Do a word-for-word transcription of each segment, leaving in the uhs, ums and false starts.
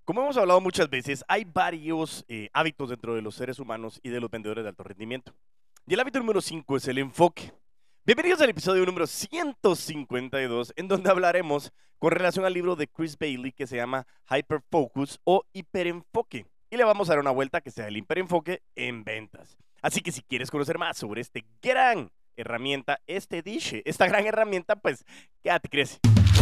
Como hemos hablado muchas veces, hay varios eh, hábitos dentro de los seres humanos y de los vendedores de alto rendimiento. Y el hábito número cinco es el enfoque. Bienvenidos al episodio número ciento cincuenta y dos, en donde hablaremos con relación al libro de Chris Bailey que se llama Hyperfocus o Hiperenfoque. Y le vamos a dar una vuelta que sea el hiperenfoque en ventas. Así que si quieres conocer más sobre este gran herramienta, este dish, esta gran herramienta, pues quédate, crece.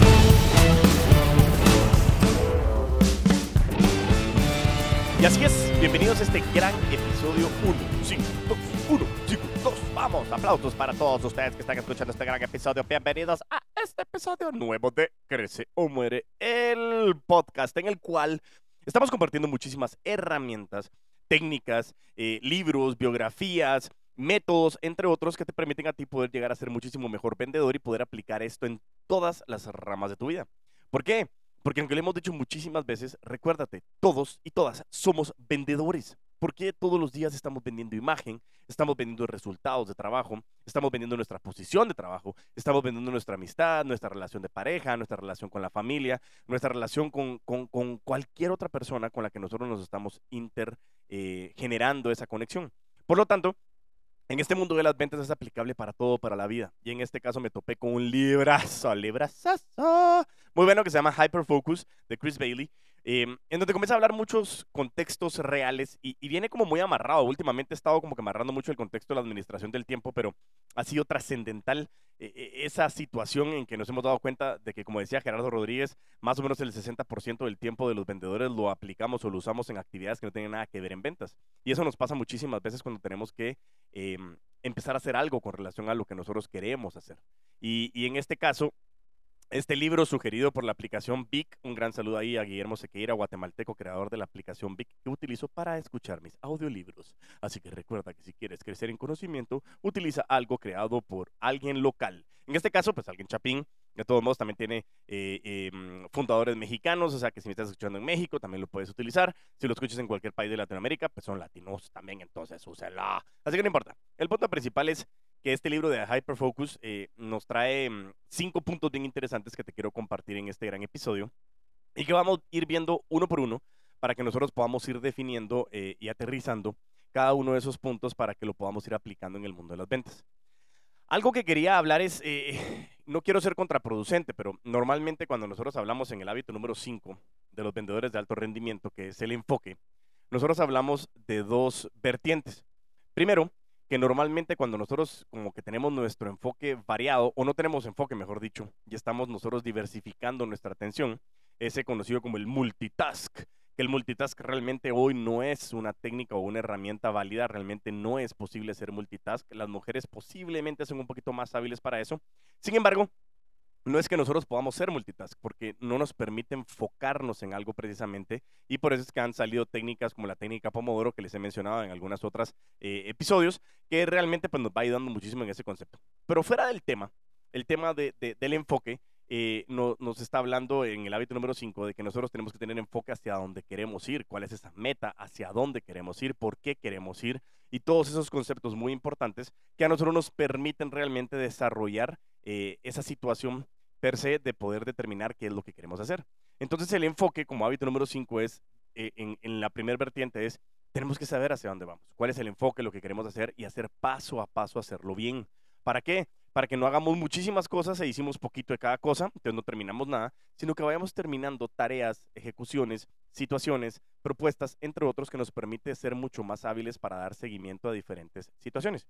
Y así es, bienvenidos a este gran episodio uno, cinco, dos, uno, cinco, dos. Vamos, aplausos para todos ustedes que están escuchando este gran episodio. Bienvenidos a este episodio nuevo de Crece o Muere, el podcast en el cual estamos compartiendo muchísimas herramientas, técnicas, eh, libros, biografías, métodos, entre otros, que te permiten a ti poder llegar a ser muchísimo mejor vendedor y poder aplicar esto en todas las ramas de tu vida. ¿Por qué? Porque aunque lo hemos dicho muchísimas veces, recuérdate, todos y todas somos vendedores. Porque todos los días estamos vendiendo imagen, estamos vendiendo resultados de trabajo, estamos vendiendo nuestra posición de trabajo, estamos vendiendo nuestra amistad, nuestra relación de pareja, nuestra relación con la familia, nuestra relación con, con, con cualquier otra persona con la que nosotros nos estamos inter, eh, generando esa conexión. Por lo tanto, en este mundo de las ventas es aplicable para todo, para la vida. Y en este caso me topé con un librazo, librazazo, muy bueno que se llama Hyperfocus, de Chris Bailey, eh, en donde comienza a hablar muchos contextos reales y, y viene como muy amarrado. Últimamente he estado como que amarrando mucho el contexto de la administración del tiempo, pero ha sido trascendental eh, esa situación en que nos hemos dado cuenta de que, como decía Gerardo Rodríguez, más o menos el sesenta por ciento del tiempo de los vendedores lo aplicamos o lo usamos en actividades que no tienen nada que ver en ventas. Y eso nos pasa muchísimas veces cuando tenemos que eh, empezar a hacer algo con relación a lo que nosotros queremos hacer. Y, y en este caso, este libro sugerido por la aplicación Vic, un gran saludo ahí a Guillermo Sequeira, guatemalteco, creador de la aplicación Vic, que utilizo para escuchar mis audiolibros. Así que recuerda que si quieres crecer en conocimiento, utiliza algo creado por alguien local. En este caso, pues alguien chapín. De todos modos, también tiene eh, eh, fundadores mexicanos, o sea que si me estás escuchando en México, también lo puedes utilizar. Si lo escuchas en cualquier país de Latinoamérica, pues son latinos también, entonces úsela. Así que no importa. El punto principal es que este libro de Hyperfocus eh, nos trae mm, cinco puntos bien interesantes que te quiero compartir en este gran episodio y que vamos a ir viendo uno por uno para que nosotros podamos ir definiendo eh, y aterrizando cada uno de esos puntos para que lo podamos ir aplicando en el mundo de las ventas. Algo que quería hablar es, eh, no quiero ser contraproducente, pero normalmente cuando nosotros hablamos en el hábito número cinco de los vendedores de alto rendimiento, que es el enfoque, nosotros hablamos de dos vertientes. Primero, que normalmente cuando nosotros como que tenemos nuestro enfoque variado, o no tenemos enfoque, mejor dicho, y estamos nosotros diversificando nuestra atención, ese conocido como el multitask, que el multitask realmente hoy no es una técnica o una herramienta válida, realmente no es posible ser multitask. Las mujeres posiblemente son un poquito más hábiles para eso. Sin embargo, no es que nosotros podamos ser multitask, porque no nos permite enfocarnos en algo precisamente, y por eso es que han salido técnicas como la técnica Pomodoro, que les he mencionado en algunas otras eh, episodios, que realmente pues, nos va ayudando muchísimo en ese concepto. Pero fuera del tema, el tema de, de, del enfoque, eh, no, nos está hablando en el hábito número cinco de que nosotros tenemos que tener enfoque hacia dónde queremos ir, cuál es esa meta, hacia dónde queremos ir, por qué queremos ir, y todos esos conceptos muy importantes que a nosotros nos permiten realmente desarrollar eh, esa situación per se de poder determinar qué es lo que queremos hacer. Entonces el enfoque como hábito número cinco es, eh, en, en la primera vertiente es, tenemos que saber hacia dónde vamos, cuál es el enfoque, lo que queremos hacer y hacer paso a paso hacerlo bien. ¿Para qué? Para que no hagamos muchísimas cosas e hicimos poquito de cada cosa, entonces no terminamos nada, sino que vayamos terminando tareas, ejecuciones, situaciones, propuestas, entre otros, que nos permite ser mucho más hábiles para dar seguimiento a diferentes situaciones.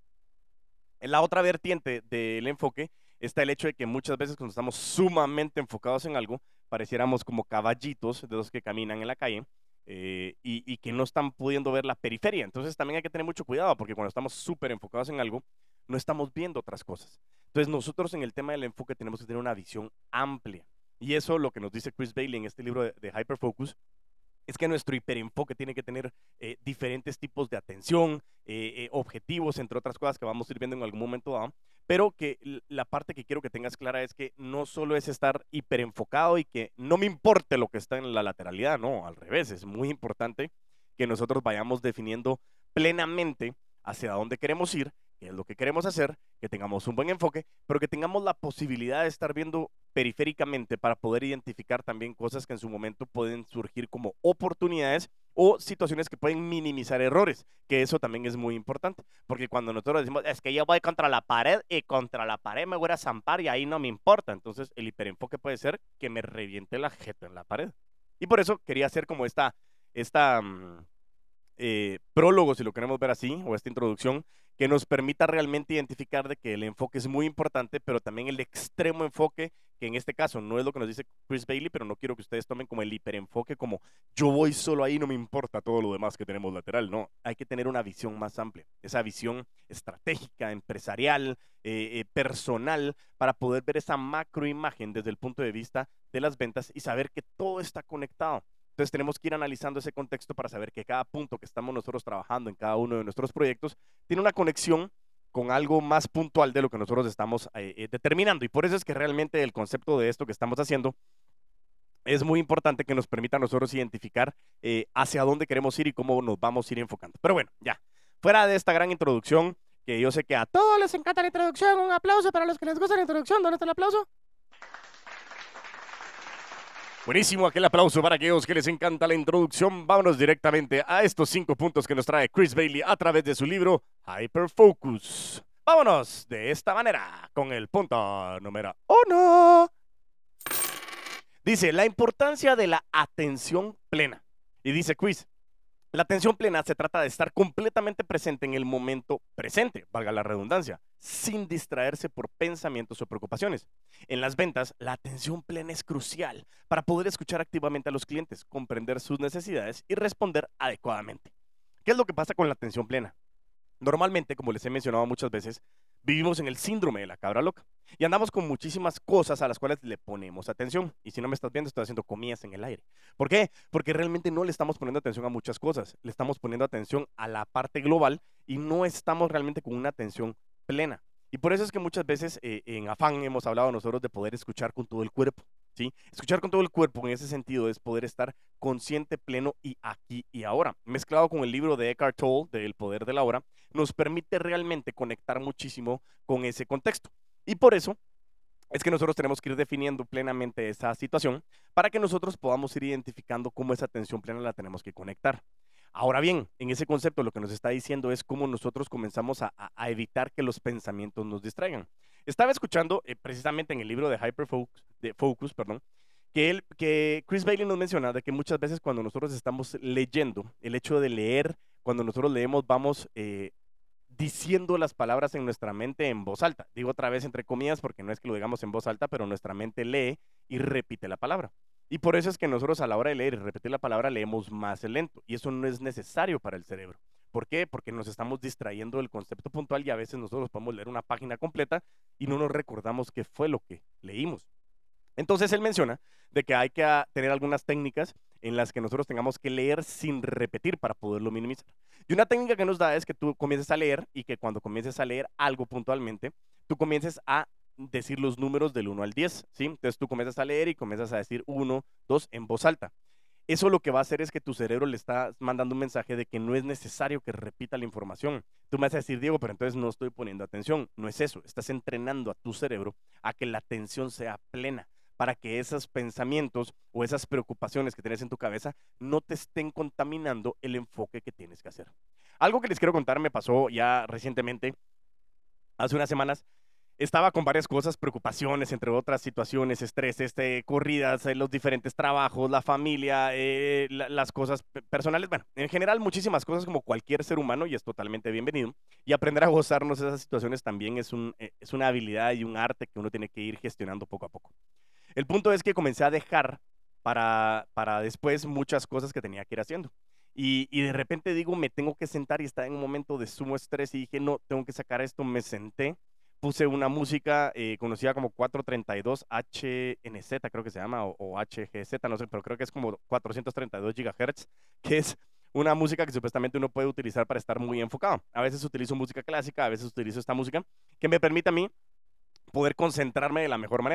En la otra vertiente del enfoque está el hecho de que muchas veces cuando estamos sumamente enfocados en algo, pareciéramos como caballitos de los que caminan en la calle eh, y, y que no están pudiendo ver la periferia. Entonces también hay que tener mucho cuidado porque cuando estamos súper enfocados en algo, no estamos viendo otras cosas. Entonces nosotros en el tema del enfoque tenemos que tener una visión amplia. Y eso lo que nos dice Chris Bailey en este libro de, de Hyperfocus es que nuestro hiperenfoque tiene que tener eh, diferentes tipos de atención, eh, eh, objetivos, entre otras cosas que vamos a ir viendo en algún momento dado, pero que la parte que quiero que tengas clara es que no solo es estar hiperenfocado y que no me importe lo que está en la lateralidad, no, al revés, es muy importante que nosotros vayamos definiendo plenamente hacia dónde queremos ir que es lo que queremos hacer, que tengamos un buen enfoque, pero que tengamos la posibilidad de estar viendo periféricamente para poder identificar también cosas que en su momento pueden surgir como oportunidades o situaciones que pueden minimizar errores, que eso también es muy importante, porque cuando nosotros decimos, es que yo voy contra la pared y contra la pared me voy a zampar y ahí no me importa, entonces el hiperenfoque puede ser que me reviente la jeta en la pared. Y por eso quería hacer como esta, esta um, eh, prólogo, si lo queremos ver así, o esta introducción, que nos permita realmente identificar de que el enfoque es muy importante, pero también el extremo enfoque, que en este caso no es lo que nos dice Chris Bailey, pero no quiero que ustedes tomen como el hiperenfoque, como yo voy solo ahí, no me importa todo lo demás que tenemos lateral. No, hay que tener una visión más amplia, esa visión estratégica, empresarial, eh, eh, personal, para poder ver esa macroimagen desde el punto de vista de las ventas y saber que todo está conectado. Entonces tenemos que ir analizando ese contexto para saber que cada punto que estamos nosotros trabajando en cada uno de nuestros proyectos tiene una conexión con algo más puntual de lo que nosotros estamos eh, eh, determinando. Y por eso es que realmente el concepto de esto que estamos haciendo es muy importante, que nos permita a nosotros identificar eh, hacia dónde queremos ir y cómo nos vamos a ir enfocando. Pero bueno, ya, fuera de esta gran introducción, que yo sé que a todos les encanta la introducción, un aplauso para los que les gusta la introducción. ¿Dónde está el aplauso? Buenísimo, aquel aplauso para aquellos que les encanta la introducción. Vámonos directamente a estos cinco puntos que nos trae Chris Bailey a través de su libro Hyperfocus. Vámonos de esta manera con el punto número uno. Dice, la importancia de la atención plena. Y dice Chris, la atención plena se trata de estar completamente presente en el momento presente, valga la redundancia, sin distraerse por pensamientos o preocupaciones. En las ventas, la atención plena es crucial para poder escuchar activamente a los clientes, comprender sus necesidades y responder adecuadamente. ¿Qué es lo que pasa con la atención plena? Normalmente, como les he mencionado muchas veces, vivimos en el síndrome de la cabra loca y andamos con muchísimas cosas a las cuales le ponemos atención. Y si no me estás viendo, estoy haciendo comillas en el aire. ¿Por qué? Porque realmente no le estamos poniendo atención a muchas cosas. Le estamos poniendo atención a la parte global y no estamos realmente con una atención plena. Y por eso es que muchas veces eh, en afán hemos hablado nosotros de poder escuchar con todo el cuerpo, ¿sí? Escuchar con todo el cuerpo en ese sentido es poder estar consciente, pleno y aquí y ahora. Mezclado con el libro de Eckhart Tolle, de El Poder de la Hora, nos permite realmente conectar muchísimo con ese contexto. Y por eso es que nosotros tenemos que ir definiendo plenamente esa situación para que nosotros podamos ir identificando cómo esa atención plena la tenemos que conectar. Ahora bien, en ese concepto lo que nos está diciendo es cómo nosotros comenzamos a, a, a evitar que los pensamientos nos distraigan. Estaba escuchando eh, precisamente en el libro de Hyperfocus, de Focus, perdón, que, él, que Chris Bailey nos menciona de que muchas veces cuando nosotros estamos leyendo, el hecho de leer, cuando nosotros leemos vamos eh, diciendo las palabras en nuestra mente en voz alta. Digo otra vez entre comillas porque no es que lo digamos en voz alta, pero nuestra mente lee y repite la palabra. Y por eso es que nosotros a la hora de leer y repetir la palabra leemos más lento. Y eso no es necesario para el cerebro. ¿Por qué? Porque nos estamos distrayendo del concepto puntual y a veces nosotros podemos leer una página completa y no nos recordamos qué fue lo que leímos. Entonces él menciona de que hay que tener algunas técnicas en las que nosotros tengamos que leer sin repetir para poderlo minimizar. Y una técnica que nos da es que tú comiences a leer y que cuando comiences a leer algo puntualmente, tú comiences a decir los números del uno al diez, ¿sí? Entonces tú comienzas a leer y comienzas a decir uno, dos en voz alta. Eso lo que va a hacer es que tu cerebro le está mandando un mensaje de que no es necesario que repita la información. Tú me vas a decir, Diego, pero entonces no estoy poniendo atención. No es eso, estás entrenando a tu cerebro a que la atención sea plena, para que esos pensamientos o esas preocupaciones que tienes en tu cabeza no te estén contaminando el enfoque que tienes que hacer. Algo que les quiero contar me pasó ya recientemente, hace unas semanas. Estaba con varias cosas, preocupaciones, entre otras situaciones, estrés, este, corridas, eh, los diferentes trabajos, la familia, eh, la, las cosas personales, bueno, en general muchísimas cosas como cualquier ser humano y es totalmente bienvenido. Y aprender a gozarnos de esas situaciones también es, un, eh, es una habilidad y un arte que uno tiene que ir gestionando poco a poco. El punto es que comencé a dejar para, para después muchas cosas que tenía que ir haciendo. Y, y de repente digo, me tengo que sentar y estaba en un momento de sumo estrés y dije, no, tengo que sacar esto, me senté. Puse una música eh, conocida como cuatrocientos treinta y dos H N Z, creo que se llama, o, o H G Z, no sé, pero creo que es como cuatrocientos treinta y dos gigahertz, que es una música que supuestamente uno puede utilizar para estar muy enfocado. A veces utilizo música clásica, a veces utilizo esta música que me permite a mí poder concentrarme de la mejor manera.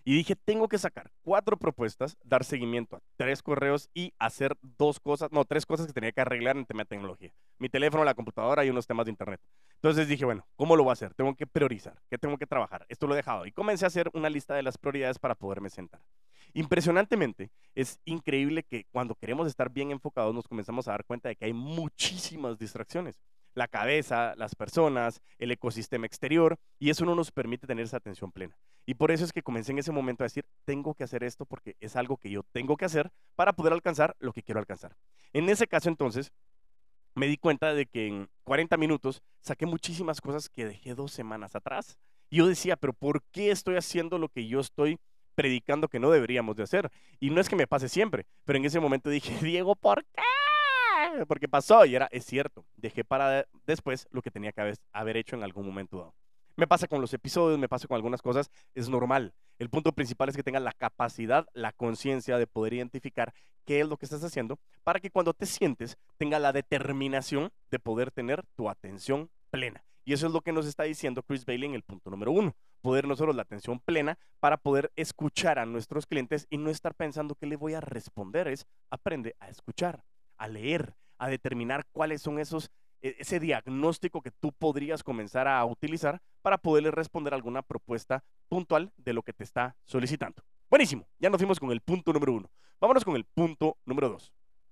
Y dije, tengo que sacar cuatro propuestas, dar seguimiento a tres correos y hacer dos cosas, no, tres cosas que tenía que arreglar en tema de tecnología. Mi teléfono, la computadora y unos temas de internet. Entonces dije, bueno, ¿cómo lo voy a hacer? Tengo que priorizar, ¿qué tengo que trabajar? Esto lo he dejado y comencé a hacer una lista de las prioridades para poderme sentar. Impresionantemente, es increíble que cuando queremos estar bien enfocados nos comenzamos a dar cuenta de que hay muchísimas distracciones. La cabeza, las personas, el ecosistema exterior, y eso no nos permite tener esa atención plena. Y por eso es que comencé en ese momento a decir, tengo que hacer esto porque es algo que yo tengo que hacer para poder alcanzar lo que quiero alcanzar. En ese caso entonces, me di cuenta de que en cuarenta minutos saqué muchísimas cosas que dejé dos semanas atrás. Y yo decía, pero ¿por qué estoy haciendo lo que yo estoy predicando que no deberíamos de hacer? Y no es que me pase siempre, pero en ese momento dije, Diego, ¿por qué? Porque pasó y era, es cierto, dejé para después lo que tenía que haber, haber hecho en algún momento dado. Me pasa con los episodios, me pasa con algunas cosas, es normal. El punto principal es que tengas la capacidad, la conciencia de poder identificar qué es lo que estás haciendo para que cuando te sientes tenga la determinación de poder tener tu atención plena. Y eso es lo que nos está diciendo Chris Bailey en el punto número uno. Poder nosotros la atención plena para poder escuchar a nuestros clientes y no estar pensando qué le voy a responder. Es aprende a escuchar, a leer, a determinar cuáles son esos ese diagnóstico que tú podrías comenzar a utilizar para poderle responder alguna propuesta puntual de lo que te está solicitando. Buenísimo, ya nos fuimos con el punto número uno. Vámonos con el punto número dos.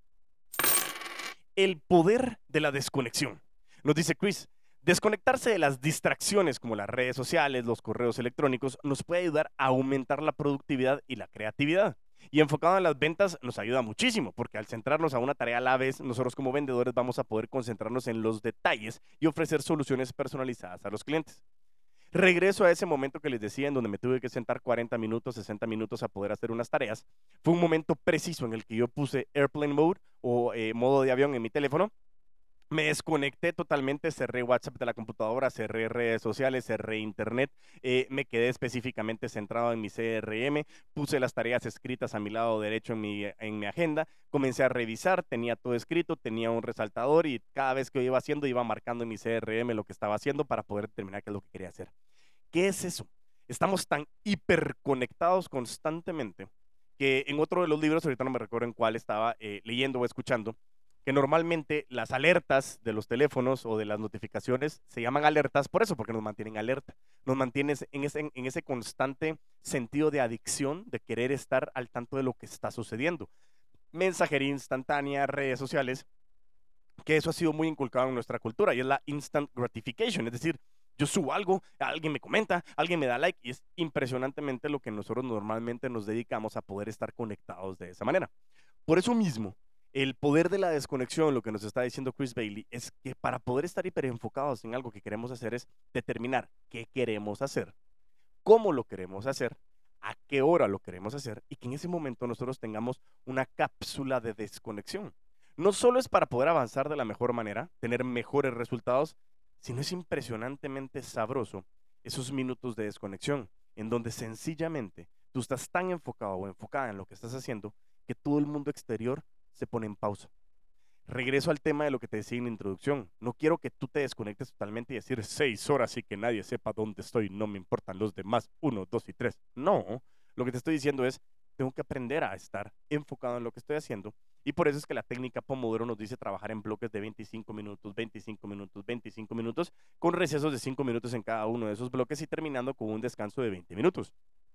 El poder de la desconexión. Nos dice Chris, desconectarse de las distracciones como las redes sociales, los correos electrónicos, nos puede ayudar a aumentar la productividad y la creatividad. Y enfocado en las ventas nos ayuda muchísimo, porque al centrarnos a una tarea a la vez, nosotros como vendedores vamos a poder concentrarnos en los detalles y ofrecer soluciones personalizadas a los clientes. Regreso a ese momento que les decía, en donde me tuve que sentar cuarenta minutos, sesenta minutos a poder hacer unas tareas. Fue un momento preciso en el que yo puse Airplane Mode o eh, modo de avión en mi teléfono. Me desconecté totalmente, cerré WhatsApp de la computadora, cerré redes sociales, cerré internet, eh, me quedé específicamente centrado en mi C R M, puse las tareas escritas a mi lado derecho en mi, en mi agenda, comencé a revisar, tenía todo escrito, tenía un resaltador y cada vez que yo iba haciendo, iba marcando en mi C R M lo que estaba haciendo para poder determinar qué es lo que quería hacer. ¿Qué es eso? Estamos tan hiperconectados constantemente que en otro de los libros, ahorita no me recuerdo en cuál estaba eh, leyendo o escuchando, que normalmente las alertas de los teléfonos o de las notificaciones se llaman alertas por eso, porque nos mantienen alerta, nos mantienen en ese, en ese constante sentido de adicción, de querer estar al tanto de lo que está sucediendo. Mensajería instantánea, redes sociales, que eso ha sido muy inculcado en nuestra cultura y es la instant gratification, es decir, yo subo algo, alguien me comenta, alguien me da like y es impresionantemente lo que nosotros normalmente nos dedicamos a poder estar conectados de esa manera. Por eso mismo, el poder de la desconexión, lo que nos está diciendo Chris Bailey, es que para poder estar hiperenfocados en algo que queremos hacer es determinar qué queremos hacer, cómo lo queremos hacer, a qué hora lo queremos hacer y que en ese momento nosotros tengamos una cápsula de desconexión. No solo es para poder avanzar de la mejor manera, tener mejores resultados, sino es impresionantemente sabroso esos minutos de desconexión, en donde sencillamente tú estás tan enfocado o enfocada en lo que estás haciendo que todo el mundo exterior se pone en pausa. Regreso al tema de lo que te decía en la introducción. No quiero que tú te desconectes totalmente y decir seis horas y que nadie sepa dónde estoy, no me importan los demás, uno, dos y tres. No, lo que te estoy diciendo es, tengo que aprender a estar enfocado en lo que estoy haciendo y por eso es que la técnica Pomodoro nos dice trabajar en bloques de veinticinco minutos, veinticinco minutos, veinticinco minutos, con recesos de cinco minutos en cada uno de esos bloques y terminando con un descanso de veinte minutos.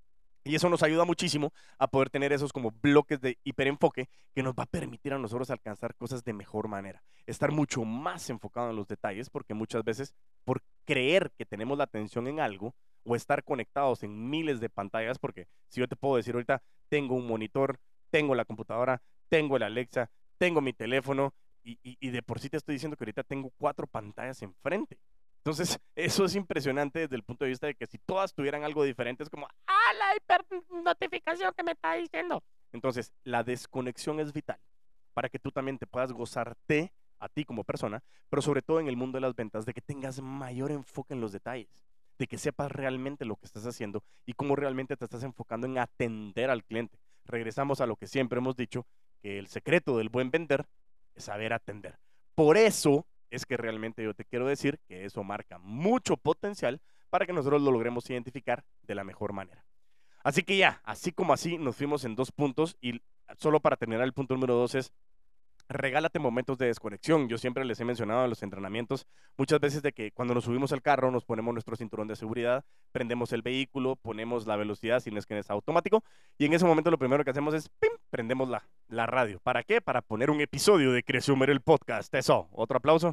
Y eso nos ayuda muchísimo a poder tener esos como bloques de hiperenfoque que nos va a permitir a nosotros alcanzar cosas de mejor manera. Estar mucho más enfocado en los detalles porque muchas veces por creer que tenemos la atención en algo o estar conectados en miles de pantallas, porque si yo te puedo decir ahorita, tengo un monitor, tengo la computadora, tengo el Alexa, tengo mi teléfono y, y, y de por sí te estoy diciendo que ahorita tengo cuatro pantallas enfrente. Entonces, eso es impresionante desde el punto de vista de que si todas tuvieran algo diferente, es como, ¡ah, la hipernotificación que me está diciendo! Entonces, la desconexión es vital para que tú también te puedas gozarte a ti como persona, pero sobre todo en el mundo de las ventas, de que tengas mayor enfoque en los detalles, de que sepas realmente lo que estás haciendo y cómo realmente te estás enfocando en atender al cliente. Regresamos a lo que siempre hemos dicho, que el secreto del buen vender es saber atender. Por eso es que realmente yo te quiero decir que eso marca mucho potencial para que nosotros lo logremos identificar de la mejor manera. Así que ya, así como así, nos fuimos en dos puntos y solo para terminar el punto número dos es regálate momentos de desconexión. Yo siempre les he mencionado en los entrenamientos, muchas veces de que cuando nos subimos al carro nos ponemos nuestro cinturón de seguridad, prendemos el vehículo, ponemos la velocidad si no es que es automático y en ese momento lo primero que hacemos es ¡pim!, prendemos la, la radio. ¿Para qué? Para poner un episodio de Cresumer el podcast. Eso, otro aplauso.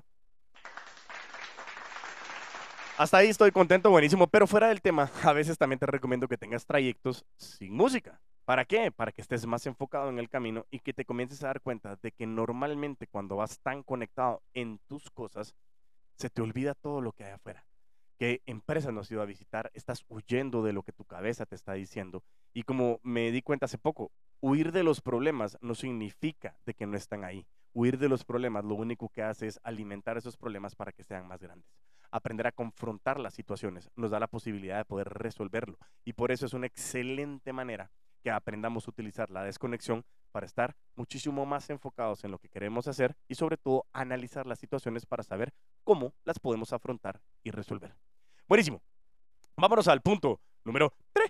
Hasta ahí estoy contento, buenísimo, pero fuera del tema, a veces también te recomiendo que tengas trayectos sin música. ¿Para qué? Para que estés más enfocado en el camino y que te comiences a dar cuenta de que normalmente cuando vas tan conectado en tus cosas, se te olvida todo lo que hay afuera. ¿Qué empresa nos has ido a visitar? Estás huyendo de lo que tu cabeza te está diciendo. Y como me di cuenta hace poco, huir de los problemas no significa de que no están ahí. Huir de los problemas lo único que hace es alimentar esos problemas para que sean más grandes. Aprender a confrontar las situaciones nos da la posibilidad de poder resolverlo. Y por eso es una excelente manera que aprendamos a utilizar la desconexión para estar muchísimo más enfocados en lo que queremos hacer y sobre todo analizar las situaciones para saber cómo las podemos afrontar y resolver. Buenísimo. Vámonos al punto número tres.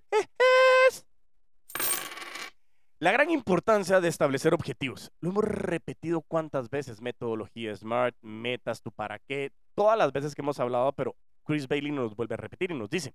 La gran importancia de establecer objetivos. Lo hemos repetido cuántas veces, metodología SMART, metas, tu para qué, todas las veces que hemos hablado, pero Chris Bailey nos vuelve a repetir y nos dice,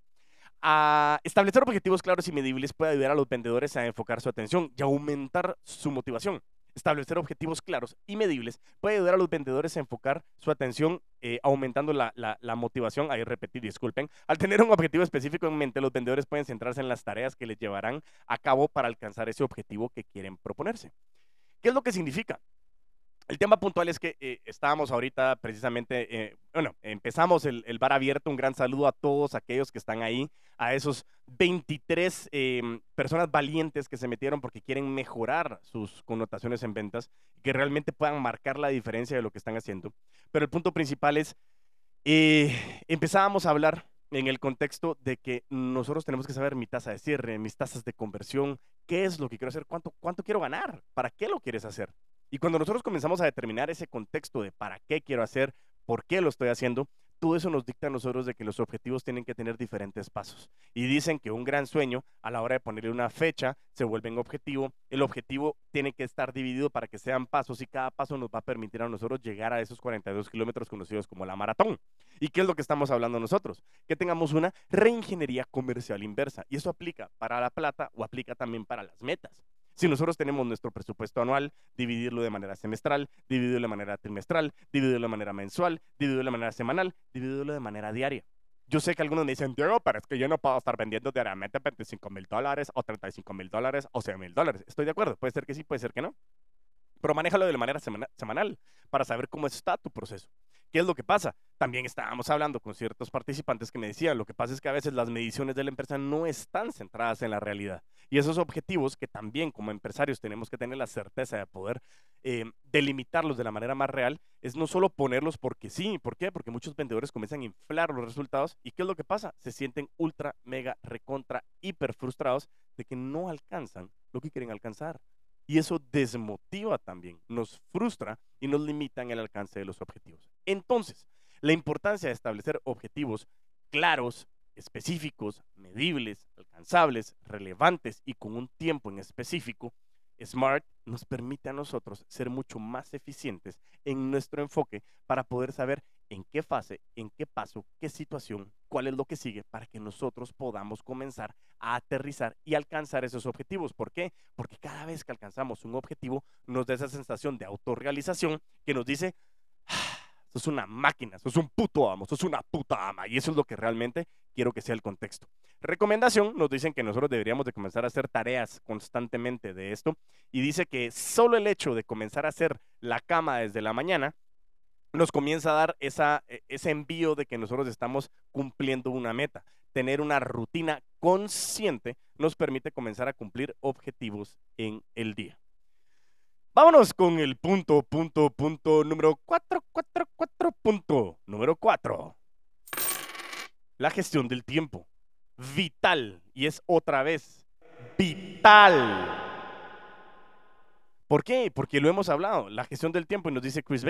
a establecer objetivos claros y medibles puede ayudar a los vendedores a enfocar su atención y aumentar su motivación. Establecer objetivos claros y medibles puede ayudar a los vendedores a enfocar su atención, eh, aumentando la, la, la motivación. Ahí repetí, disculpen. Al tener un objetivo específico en mente, los vendedores pueden centrarse en las tareas que les llevarán a cabo para alcanzar ese objetivo que quieren proponerse. ¿Qué es lo que significa? El tema puntual es que eh, estábamos ahorita precisamente, eh, bueno, empezamos el, el bar abierto. Un gran saludo a todos aquellos que están ahí, a esos veintitrés eh, personas valientes que se metieron porque quieren mejorar sus connotaciones en ventas y que realmente puedan marcar la diferencia de lo que están haciendo. Pero el punto principal es, eh, empezábamos a hablar en el contexto de que nosotros tenemos que saber mi tasa de cierre, mis tasas de conversión, qué es lo que quiero hacer, cuánto, cuánto quiero ganar, para qué lo quieres hacer. Y cuando nosotros comenzamos a determinar ese contexto de para qué quiero hacer, por qué lo estoy haciendo, todo eso nos dicta a nosotros de que los objetivos tienen que tener diferentes pasos. Y dicen que un gran sueño, a la hora de ponerle una fecha, se vuelve en objetivo. El objetivo tiene que estar dividido para que sean pasos y cada paso nos va a permitir a nosotros llegar a esos cuarenta y dos kilómetros conocidos como la maratón. ¿Y qué es lo que estamos hablando nosotros? Que tengamos una reingeniería comercial inversa. Y eso aplica para la plata o aplica también para las metas. Si nosotros tenemos nuestro presupuesto anual, dividirlo de manera semestral, dividirlo de manera trimestral, dividirlo de manera mensual, dividirlo de manera semanal, dividirlo de manera diaria. Yo sé que algunos me dicen, Diego, pero es que yo no puedo estar vendiendo diariamente veinticinco mil dólares o treinta y cinco mil dólares o cien mil dólares. Estoy de acuerdo, puede ser que sí, puede ser que no. Pero manéjalo de manera semana, semanal para saber cómo está tu proceso. ¿Qué es lo que pasa? También estábamos hablando con ciertos participantes que me decían, lo que pasa es que a veces las mediciones de la empresa no están centradas en la realidad. Y esos objetivos que también como empresarios tenemos que tener la certeza de poder eh, delimitarlos de la manera más real, es no solo ponerlos porque sí. ¿Por qué? Porque muchos vendedores comienzan a inflar los resultados. ¿Y qué es lo que pasa? Se sienten ultra, mega, recontra, hiper frustrados de que no alcanzan lo que quieren alcanzar. Y eso desmotiva también, nos frustra y nos limita en el alcance de los objetivos. Entonces, la importancia de establecer objetivos claros, específicos, medibles, alcanzables, relevantes y con un tiempo en específico, SMART nos permite a nosotros ser mucho más eficientes en nuestro enfoque para poder saber en qué fase, en qué paso, qué situación, cuál es lo que sigue para que nosotros podamos comenzar a aterrizar y alcanzar esos objetivos. ¿Por qué? Porque cada vez que alcanzamos un objetivo nos da esa sensación de autorrealización que nos dice, ah, sos una máquina, sos un puto amo, sos una puta ama. Y eso es lo que realmente quiero que sea el contexto. Recomendación, nos dicen que nosotros deberíamos de comenzar a hacer tareas constantemente de esto. Y dice que solo el hecho de comenzar a hacer la cama desde la mañana nos comienza a dar esa, ese envío de que nosotros estamos cumpliendo una meta. Tener una rutina consciente nos permite comenzar a cumplir objetivos en el día. Vámonos con el punto, punto, punto número cuatro, cuatro, cuatro, punto número cuatro. La gestión del tiempo. Vital. Y es otra vez vital. ¿Por qué? Porque lo hemos hablado. La gestión del tiempo, y nos dice Chris Bailey.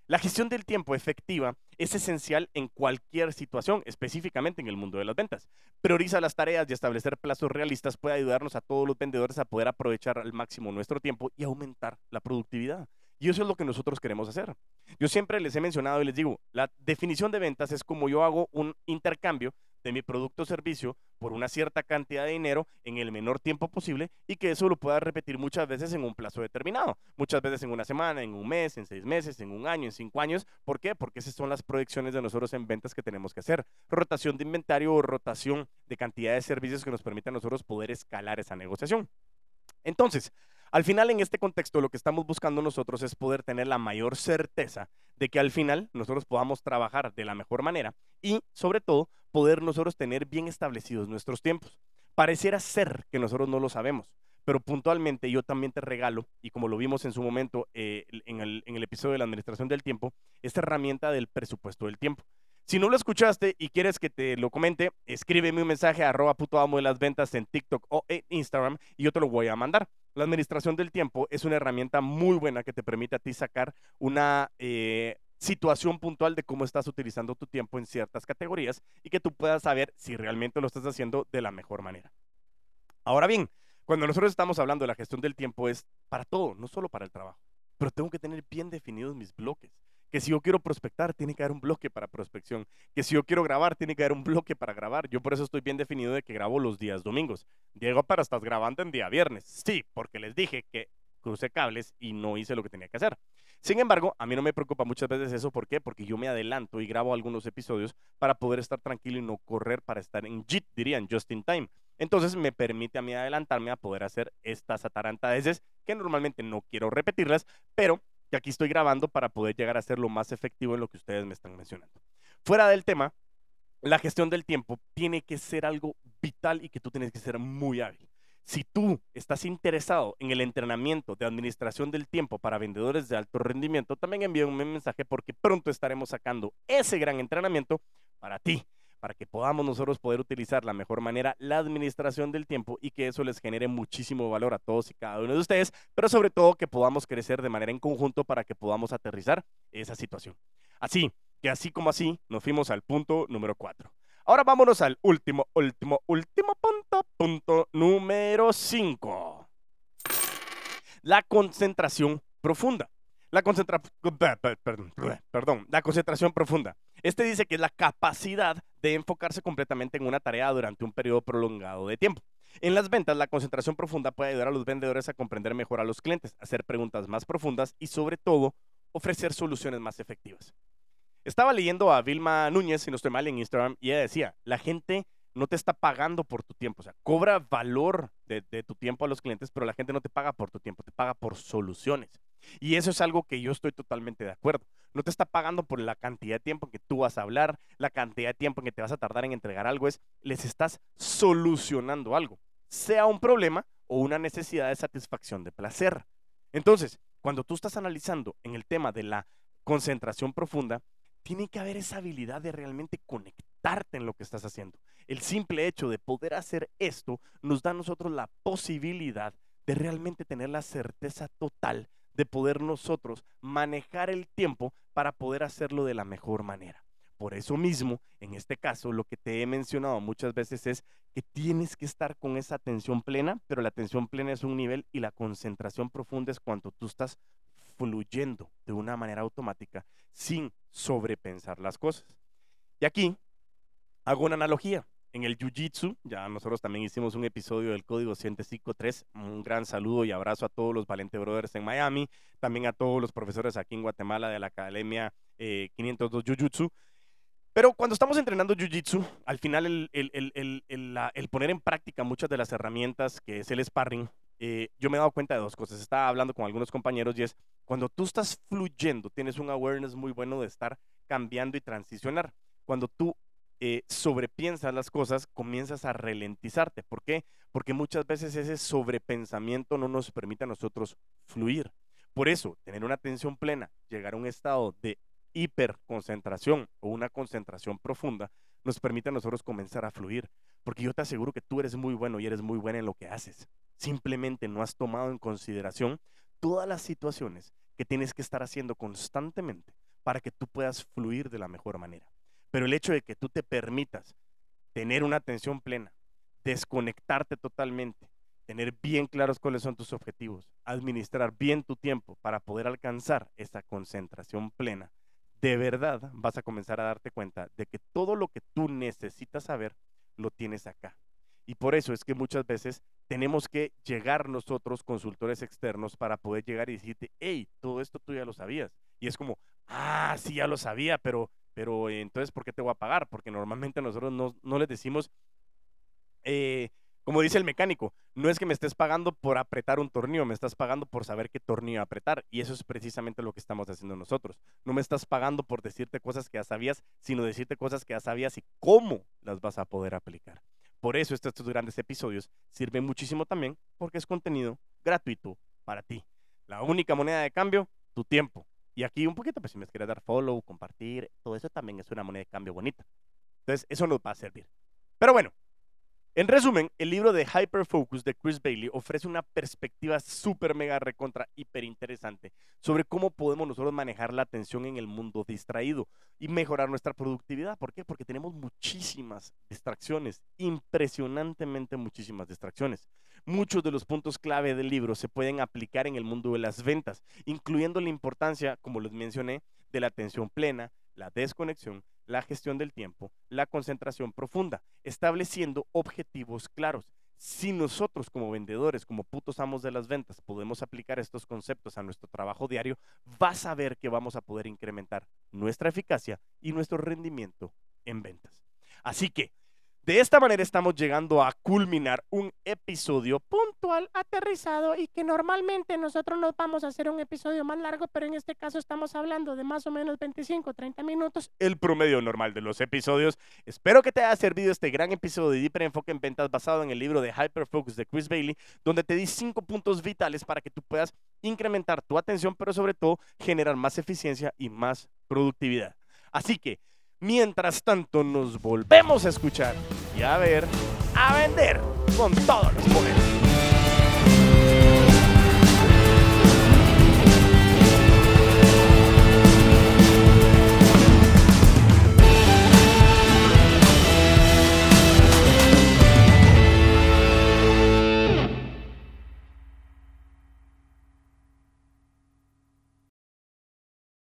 La gestión del tiempo efectiva es esencial en cualquier situación, específicamente en el mundo de las ventas. Prioriza las tareas y establecer plazos realistas puede ayudarnos a todos los vendedores a poder aprovechar al máximo nuestro tiempo y aumentar la productividad. Y eso es lo que nosotros queremos hacer. Yo siempre les he mencionado y les digo, la definición de ventas es como yo hago un intercambio de mi producto o servicio por una cierta cantidad de dinero en el menor tiempo posible y que eso lo pueda repetir muchas veces en un plazo determinado, muchas veces en una semana, en un mes, en seis meses, en un año, en cinco años. ¿Por qué? Porque esas son las proyecciones de nosotros en ventas que tenemos que hacer. Rotación de inventario o rotación de cantidad de servicios que nos permitan a nosotros poder escalar esa negociación. Entonces, al final, en este contexto, lo que estamos buscando nosotros es poder tener la mayor certeza de que al final nosotros podamos trabajar de la mejor manera y, sobre todo, poder nosotros tener bien establecidos nuestros tiempos. Pareciera ser que nosotros no lo sabemos, pero puntualmente yo también te regalo, y como lo vimos en su momento eh, en, el, en el episodio de la administración del tiempo, esta herramienta del presupuesto del tiempo. Si no lo escuchaste y quieres que te lo comente, escríbeme un mensaje a arroba puto amo de las ventas en TikTok o en Instagram y yo te lo voy a mandar. La administración del tiempo es una herramienta muy buena que te permite a ti sacar una eh, situación puntual de cómo estás utilizando tu tiempo en ciertas categorías y que tú puedas saber si realmente lo estás haciendo de la mejor manera. Ahora bien, cuando nosotros estamos hablando de la gestión del tiempo es para todo, no solo para el trabajo, pero tengo que tener bien definidos mis bloques. Que si yo quiero prospectar, tiene que haber un bloque para prospección. Que si yo quiero grabar, tiene que haber un bloque para grabar. Yo por eso estoy bien definido de que grabo los días domingos. Diego, pero estás grabando en día viernes. Sí, porque les dije que crucé cables y no hice lo que tenía que hacer. Sin embargo, a mí no me preocupa muchas veces eso. ¿Por qué? Porque yo me adelanto y grabo algunos episodios para poder estar tranquilo y no correr para estar en J I T, dirían, just in time. Entonces me permite a mí adelantarme a poder hacer estas atarantadeces que normalmente no quiero repetirlas, pero que aquí estoy grabando para poder llegar a ser lo más efectivo en lo que ustedes me están mencionando. Fuera del tema, la gestión del tiempo tiene que ser algo vital y que tú tienes que ser muy hábil. Si tú estás interesado en el entrenamiento de administración del tiempo para vendedores de alto rendimiento, también envíame un mensaje porque pronto estaremos sacando ese gran entrenamiento para ti, para que podamos nosotros poder utilizar la mejor manera la administración del tiempo y que eso les genere muchísimo valor a todos y cada uno de ustedes, pero sobre todo que podamos crecer de manera en conjunto para que podamos aterrizar esa situación. Así que así como así, nos fuimos al punto número cuatro. Ahora vámonos al último, último, último punto, punto número cinco. La concentración profunda. La concentra... perdón, perdón, la concentración profunda. Este dice que es la capacidad de enfocarse completamente en una tarea durante un periodo prolongado de tiempo. En las ventas, la concentración profunda puede ayudar a los vendedores a comprender mejor a los clientes, hacer preguntas más profundas y, sobre todo, ofrecer soluciones más efectivas. Estaba leyendo a Vilma Núñez, si no estoy mal, en Instagram, y ella decía, la gente no te está pagando por tu tiempo, o sea, cobra valor de, de tu tiempo a los clientes, pero la gente no te paga por tu tiempo, te paga por soluciones. Y eso es algo que yo estoy totalmente de acuerdo. No te está pagando por la cantidad de tiempo en que tú vas a hablar, la cantidad de tiempo en que te vas a tardar en entregar algo, es les estás solucionando algo, sea un problema o una necesidad de satisfacción de placer. Entonces, cuando tú estás analizando en el tema de la concentración profunda, tiene que haber esa habilidad de realmente conectarte en lo que estás haciendo. El simple hecho de poder hacer esto nos da a nosotros la posibilidad de realmente tener la certeza total de poder nosotros manejar el tiempo para poder hacerlo de la mejor manera. Por eso mismo, en este caso, lo que te he mencionado muchas veces es que tienes que estar con esa atención plena, pero la atención plena es un nivel y la concentración profunda es cuando tú estás fluyendo de una manera automática sin sobrepensar las cosas. Y aquí hago una analogía. En el Jiu-Jitsu, ya nosotros también hicimos un episodio del Código ciento cinco tres. Un gran saludo y abrazo a todos los Valente Brothers en Miami, también a todos los profesores aquí en Guatemala de la Academia eh, quinientos dos Jiu-Jitsu. Pero cuando estamos entrenando Jiu-Jitsu, al final el, el, el, el, el, la, el poner en práctica muchas de las herramientas que es el sparring, eh, yo me he dado cuenta de dos cosas. Estaba hablando con algunos compañeros y es, cuando tú estás fluyendo, tienes un awareness muy bueno de estar cambiando y transicionar. Cuando tú eh, sobrepiensas las cosas, comienzas a ralentizarte. ¿Por qué? Porque muchas veces ese sobrepensamiento no nos permite a nosotros fluir. Por eso, tener una atención plena, llegar a un estado de hiperconcentración o una concentración profunda nos permite a nosotros comenzar a fluir, porque yo te aseguro que tú eres muy bueno y eres muy buena en lo que haces. Simplemente no has tomado en consideración todas las situaciones que tienes que estar haciendo constantemente para que tú puedas fluir de la mejor manera. Pero el hecho de que tú te permitas tener una atención plena, desconectarte totalmente, tener bien claros cuáles son tus objetivos, administrar bien tu tiempo para poder alcanzar esa concentración plena, de verdad vas a comenzar a darte cuenta de que todo lo que tú necesitas saber lo tienes acá. Y por eso es que muchas veces tenemos que llegar nosotros, consultores externos, para poder llegar y decirte, hey, todo esto tú ya lo sabías. Y es como, ah, sí, ya lo sabía, pero, pero entonces, ¿por qué te voy a pagar? Porque normalmente nosotros no, no les decimos, eh, como dice el mecánico, no es que me estés pagando por apretar un tornillo, me estás pagando por saber qué tornillo apretar. Y eso es precisamente lo que estamos haciendo nosotros. No me estás pagando por decirte cosas que ya sabías, sino decirte cosas que ya sabías y cómo las vas a poder aplicar. Por eso estos, estos grandes episodios sirven muchísimo también porque es contenido gratuito para ti. La única moneda de cambio, tu tiempo. Y aquí un poquito, pues si me quieres dar follow, compartir, todo eso también es una moneda de cambio bonita. Entonces, eso nos va a servir. Pero bueno, en resumen, el libro de Hyperfocus de Chris Bailey ofrece una perspectiva súper mega recontra hiper interesante sobre cómo podemos nosotros manejar la atención en el mundo distraído y mejorar nuestra productividad. ¿Por qué? Porque tenemos muchísimas distracciones, impresionantemente muchísimas distracciones. Muchos de los puntos clave del libro se pueden aplicar en el mundo de las ventas, incluyendo la importancia, como les mencioné, de la atención plena, la desconexión, la gestión del tiempo, la concentración profunda, estableciendo objetivos claros. Si nosotros como vendedores, como putos amos de las ventas, podemos aplicar estos conceptos a nuestro trabajo diario, vas a ver que vamos a poder incrementar nuestra eficacia y nuestro rendimiento en ventas. Así que, de esta manera estamos llegando a culminar un episodio puntual, aterrizado y que normalmente nosotros nos vamos a hacer un episodio más largo, pero en este caso estamos hablando de más o menos veinticinco, treinta minutos, el promedio normal de los episodios. Espero que te haya servido este gran episodio de Deeper Enfoque en Ventas basado en el libro de Hyperfocus de Chris Bailey, donde te di cinco puntos vitales para que tú puedas incrementar tu atención, pero sobre todo generar más eficiencia y más productividad. Así que, mientras tanto, nos volvemos a escuchar y a ver, a vender con todos los poderes.